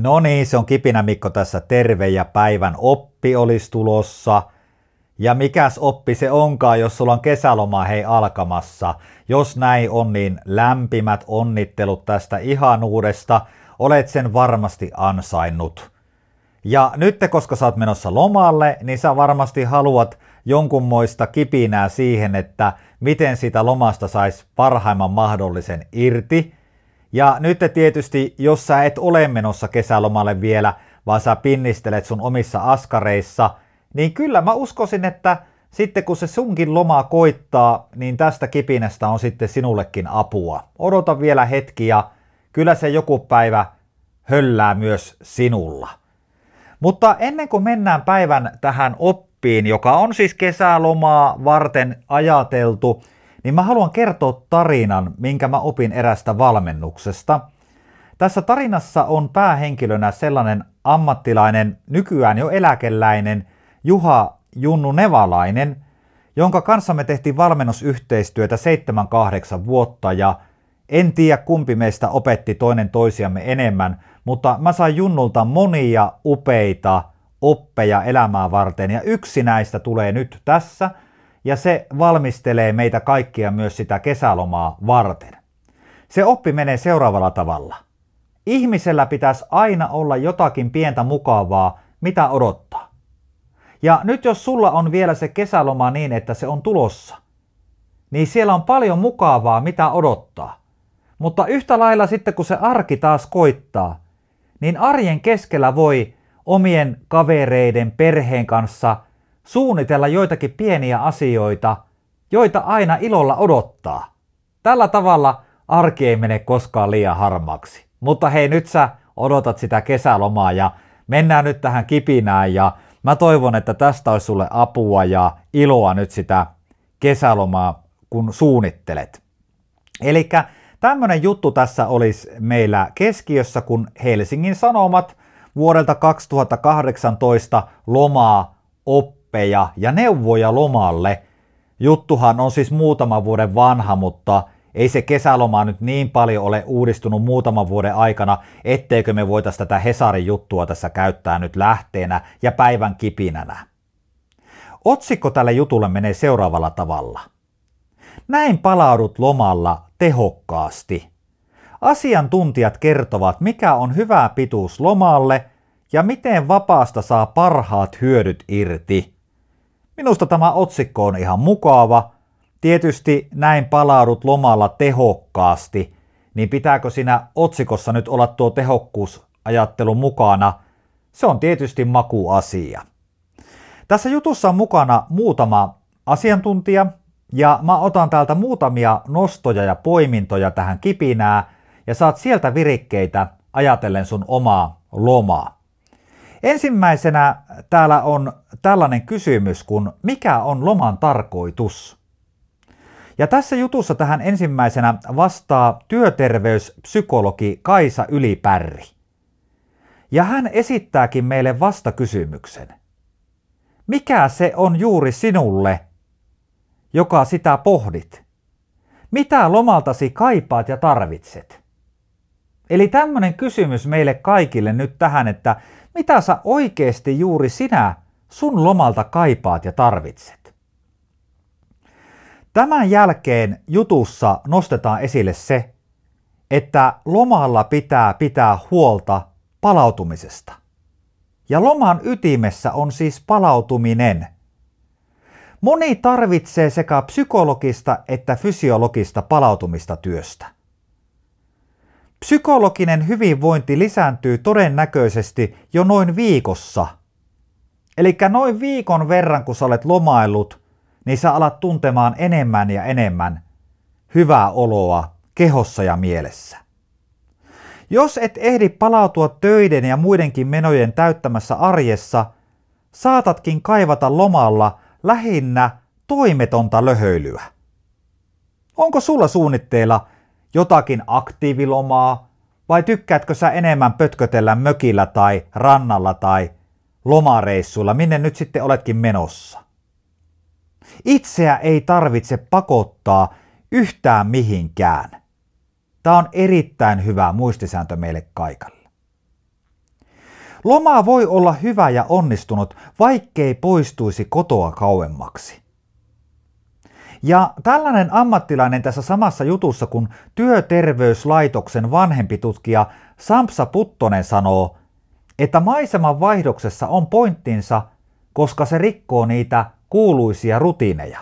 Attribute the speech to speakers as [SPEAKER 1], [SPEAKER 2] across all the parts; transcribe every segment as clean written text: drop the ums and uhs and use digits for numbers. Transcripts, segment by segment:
[SPEAKER 1] No niin, se on Kipinä Mikko tässä terve ja päivän oppi olisi tulossa. Ja mikäs oppi se onkaan, jos sulla on kesäloma alkamassa. Jos näin on, niin lämpimät onnittelut tästä ihanuudesta. Olet sen varmasti ansainnut. Ja nyt koska sä oot menossa lomalle, niin sä varmasti haluat jonkunmoista kipinää siihen, että miten sitä lomasta sais parhaimman mahdollisen irti. Ja nyt tietysti, jos sä et ole menossa kesälomalle vielä, vaan sä pinnistelet sun omissa askareissa, niin kyllä mä uskoisin, että sitten kun se sunkin loma koittaa, niin tästä kipinästä on sitten sinullekin apua. Odota vielä hetki ja kyllä se joku päivä höllää myös sinulla. Mutta ennen kuin mennään päivän tähän oppiin, joka on siis kesälomaa varten ajateltu, niin mä haluan kertoa tarinan, minkä mä opin erästä valmennuksesta. Tässä tarinassa on päähenkilönä sellainen ammattilainen, nykyään jo eläkeläinen Juha Junnu Nevalainen, jonka kanssa me tehtiin valmennusyhteistyötä 7-8 vuotta ja en tiedä kumpi meistä opetti toinen toisiamme enemmän, mutta mä sain Junnulta monia upeita oppeja elämää varten ja yksi näistä tulee nyt tässä ja se valmistelee meitä kaikkia myös sitä kesälomaa varten. Se oppi menee seuraavalla tavalla. Ihmisellä pitäisi aina olla jotakin pientä mukavaa, mitä odottaa. Ja nyt jos sulla on vielä se kesäloma niin, että se on tulossa, niin siellä on paljon mukavaa, mitä odottaa. Mutta yhtä lailla sitten, kun se arki taas koittaa, niin arjen keskellä voi omien kavereiden, perheen kanssa suunnitella joitakin pieniä asioita, joita aina ilolla odottaa. Tällä tavalla arki ei mene koskaan liian harmaaksi. Mutta hei, nyt sä odotat sitä kesälomaa ja mennään nyt tähän kipinään ja mä toivon, että tästä olisi sulle apua ja iloa nyt sitä kesälomaa, kun suunnittelet. Elikkä tämmönen juttu tässä olisi meillä keskiössä, kun Helsingin Sanomat vuodelta 2018 lomaa, oppeja ja neuvoja lomalle. Juttuhan on siis muutaman vuoden vanha, mutta ei se kesäloma nyt niin paljon ole uudistunut muutaman vuoden aikana, etteikö me voitaisiin tätä Hesarin juttua tässä käyttää nyt lähteenä ja päivän kipinänä. Otsikko tälle jutulle menee seuraavalla tavalla. Näin palaudut lomalla tehokkaasti. Asiantuntijat kertovat, mikä on hyvä pituus lomalle ja miten vapaasta saa parhaat hyödyt irti. Minusta tämä otsikko on ihan mukava. Tietysti näin palaudut lomalla tehokkaasti, niin pitääkö siinä otsikossa nyt olla tuo tehokkuusajattelu mukana? Se on tietysti makuasia. Tässä jutussa on mukana muutama asiantuntija, ja mä otan täältä muutamia nostoja ja poimintoja tähän kipinää, ja saat sieltä virikkeitä ajatellen sun omaa lomaa. Ensimmäisenä täällä on tällainen kysymys kuin mikä on loman tarkoitus? Ja tässä jutussa tähän ensimmäisenä vastaa työterveyspsykologi Kaisa Ylipärri. Ja hän esittääkin meille vastakysymyksen. Mikä se on juuri sinulle, joka sitä pohdit? Mitä lomaltasi kaipaat ja tarvitset? Eli tämmöinen kysymys meille kaikille nyt tähän, että mitä sä oikeasti juuri sinä sun lomalta kaipaat ja tarvitset? Tämän jälkeen jutussa nostetaan esille se, että lomalla pitää pitää huolta palautumisesta. Ja loman ytimessä on siis palautuminen. Moni tarvitsee sekä psykologista että fysiologista palautumista työstä. Psykologinen hyvinvointi lisääntyy todennäköisesti jo noin viikossa. Eli noin viikon verran, kun sä olet lomaillut, niin sä alat tuntemaan enemmän ja enemmän hyvää oloa kehossa ja mielessä. Jos et ehdi palautua töiden ja muidenkin menojen täyttämässä arjessa, saatatkin kaivata lomalla lähinnä toimetonta löhöilyä. Onko sulla suunnitteilla jotakin aktiivilomaa vai tykkäätkö sä enemmän pötkötellä mökillä tai rannalla tai lomareissuilla, minne nyt sitten oletkin menossa? Itseä ei tarvitse pakottaa yhtään mihinkään. Tämä on erittäin hyvä muistisääntö meille kaikille. Loma voi olla hyvä ja onnistunut, vaikkei poistuisi kotoa kauemmaksi. Ja tällainen ammattilainen tässä samassa jutussa, kun Työterveyslaitoksen vanhempi tutkija Sampsa Puttonen sanoo, että maiseman vaihdoksessa on pointtinsa, koska se rikkoo niitä kuuluisia rutiineja.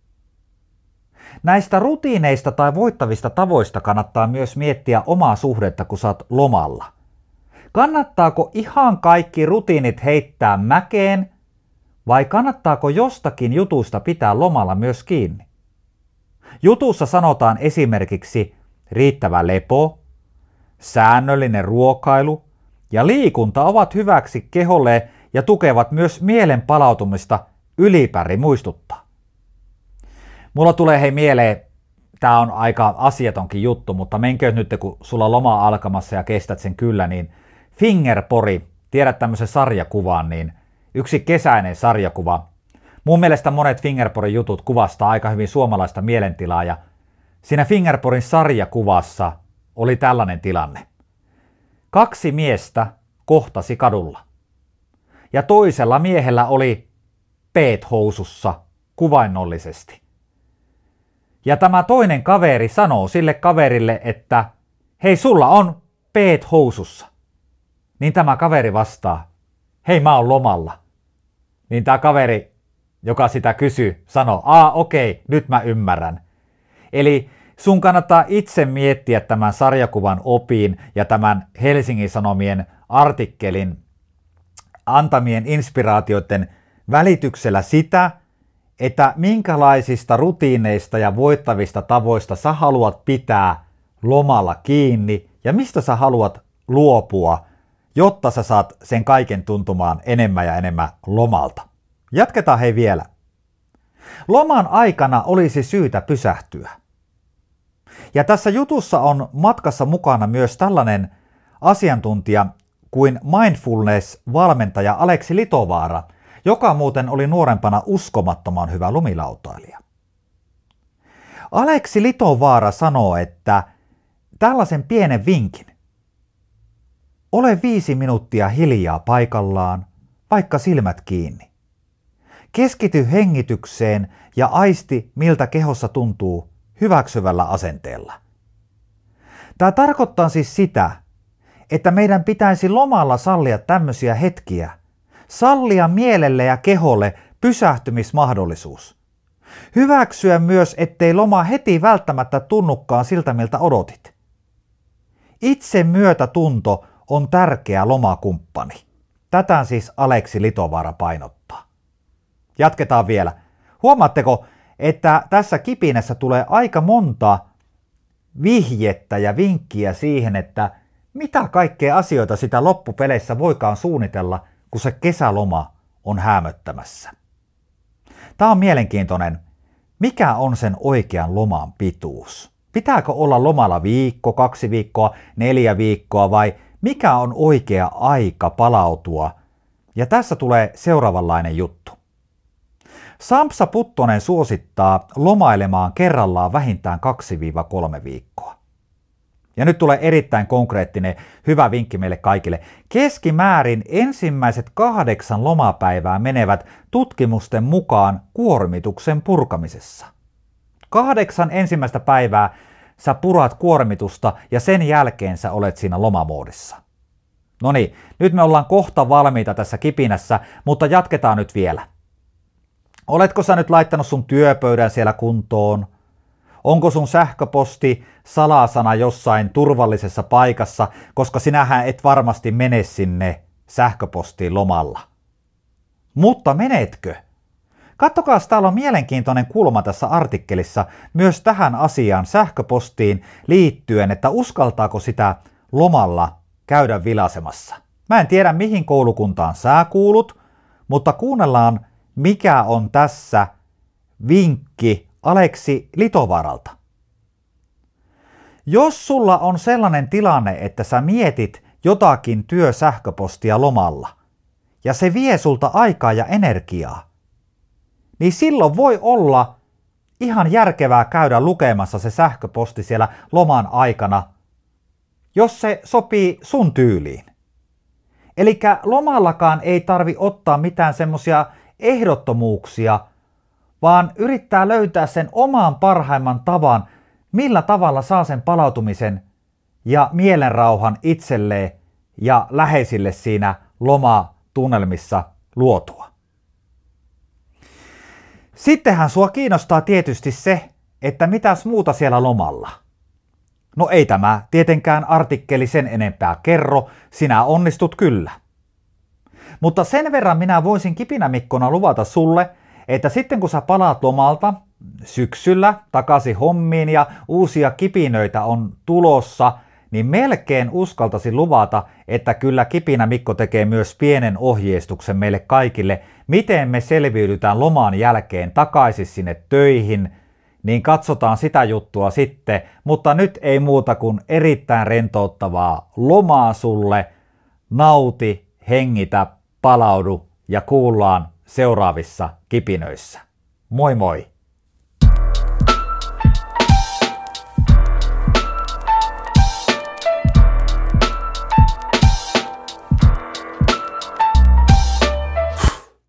[SPEAKER 1] Näistä rutiineista tai voittavista tavoista kannattaa myös miettiä omaa suhdetta, kun sä oot lomalla. Kannattaako ihan kaikki rutiinit heittää mäkeen, vai kannattaako jostakin jutusta pitää lomalla myös kiinni? Jutussa sanotaan esimerkiksi riittävä lepo, säännöllinen ruokailu ja liikunta ovat hyväksi keholle ja tukevat myös mielen palautumista, Ylipäri muistuttaa. Mulla tulee mieleen, tää on aika asiatonkin juttu, mutta menkö nyt kun sulla on loma alkamassa ja kestät sen kyllä, niin Fingerpori, tiedät tämmöisen sarjakuvan, niin yksi kesäinen sarjakuva. Mun mielestä monet Fingerporin jutut kuvastaa aika hyvin suomalaista mielentilaa ja siinä Fingerporin sarjakuvassa oli tällainen tilanne. 2 miestä kohtasi kadulla ja toisella miehellä oli peet housussa kuvainnollisesti. Ja tämä toinen kaveri sanoo sille kaverille, että hei, sulla on peet housussa. Niin tämä kaveri vastaa, hei, mä oon lomalla. Niin tämä kaveri, joka sitä kysyy, sanoo, okei, nyt mä ymmärrän. Eli sun kannattaa itse miettiä tämän sarjakuvan opin ja tämän Helsingin Sanomien artikkelin antamien inspiraatioiden välityksellä sitä, että minkälaisista rutiineista ja voittavista tavoista sä haluat pitää lomalla kiinni ja mistä sä haluat luopua, jotta sä saat sen kaiken tuntumaan enemmän ja enemmän lomalta. Jatketaan hei vielä. Loman aikana olisi syytä pysähtyä. Ja tässä jutussa on matkassa mukana myös tällainen asiantuntija kuin mindfulness-valmentaja Aleksi Litovaara, joka muuten oli nuorempana uskomattoman hyvä lumilautailija. Aleksi Litovaara sanoo, että tällaisen pienen vinkin. Ole 5 minuuttia hiljaa paikallaan, vaikka silmät kiinni. Keskity hengitykseen ja aisti, miltä kehossa tuntuu hyväksyvällä asenteella. Tämä tarkoittaa siis sitä, että meidän pitäisi lomalla sallia tämmöisiä hetkiä, sallia mielelle ja keholle pysähtymismahdollisuus. Hyväksyä myös, ettei loma heti välttämättä tunnukaan siltä, miltä odotit. Itse myötätunto on tärkeä lomakumppani. Tätä siis Aleksi Litovaara painottaa. Jatketaan vielä. Huomaatteko, että tässä kipinässä tulee aika monta vihjettä ja vinkkiä siihen, että mitä kaikkea asioita sitä loppupeleissä voikaan suunnitella, kun se kesäloma on häämöttämässä. Tämä on mielenkiintoinen. Mikä on sen oikean loman pituus? Pitääkö olla lomalla viikko, 2 viikkoa, 4 viikkoa vai mikä on oikea aika palautua? Ja tässä tulee seuraavanlainen juttu. Sampsa Puttonen suosittaa lomailemaan kerrallaan vähintään 2-3 viikkoa. Ja nyt tulee erittäin konkreettinen hyvä vinkki meille kaikille. Keskimäärin ensimmäiset 8 lomapäivää menevät tutkimusten mukaan kuormituksen purkamisessa. 8 ensimmäistä päivää sä purat kuormitusta ja sen jälkeen sä olet siinä lomamoodissa. No niin, nyt me ollaan kohta valmiita tässä kipinässä, mutta jatketaan nyt vielä. Oletko sä nyt laittanut sun työpöydän siellä kuntoon? Onko sun sähköposti salasana jossain turvallisessa paikassa, koska sinähän et varmasti mene sinne sähköpostiin lomalla. Mutta menetkö? Kattokaa, täällä on mielenkiintoinen kulma tässä artikkelissa myös tähän asiaan sähköpostiin liittyen, että uskaltaako sitä lomalla käydä vilasemassa. Mä en tiedä mihin koulukuntaan sä kuulut, mutta kuunnellaan mikä on tässä vinkki Aleksi Litovaaralta. Jos sulla on sellainen tilanne, että sä mietit jotakin työsähköpostia lomalla ja se vie sulta aikaa ja energiaa, niin silloin voi olla ihan järkevää käydä lukemassa se sähköposti siellä loman aikana, jos se sopii sun tyyliin. Eli lomallakaan ei tarvi ottaa mitään semmoisia ehdottomuuksia, vaan yrittää löytää sen oman parhaimman tavan, millä tavalla saa sen palautumisen ja mielenrauhan itselleen ja läheisille siinä lomatunnelmissa luotua. Sittenhän sua kiinnostaa tietysti se, että mitäs muuta siellä lomalla. No ei tämä tietenkään artikkeli sen enempää kerro, sinä onnistut kyllä. Mutta sen verran minä voisin Kipinämikkona luvata sulle, että sitten kun sä palaat lomalta syksyllä takaisin hommiin ja uusia kipinöitä on tulossa, niin melkein uskaltaisin luvata, että kyllä Kipinämikko tekee myös pienen ohjeistuksen meille kaikille, miten me selviydytään loman jälkeen takaisin sinne töihin, niin katsotaan sitä juttua sitten, mutta nyt ei muuta kuin erittäin rentouttavaa lomaa sulle, nauti, hengitä, palaudu ja kuullaan seuraavissa kipinöissä. Moi moi!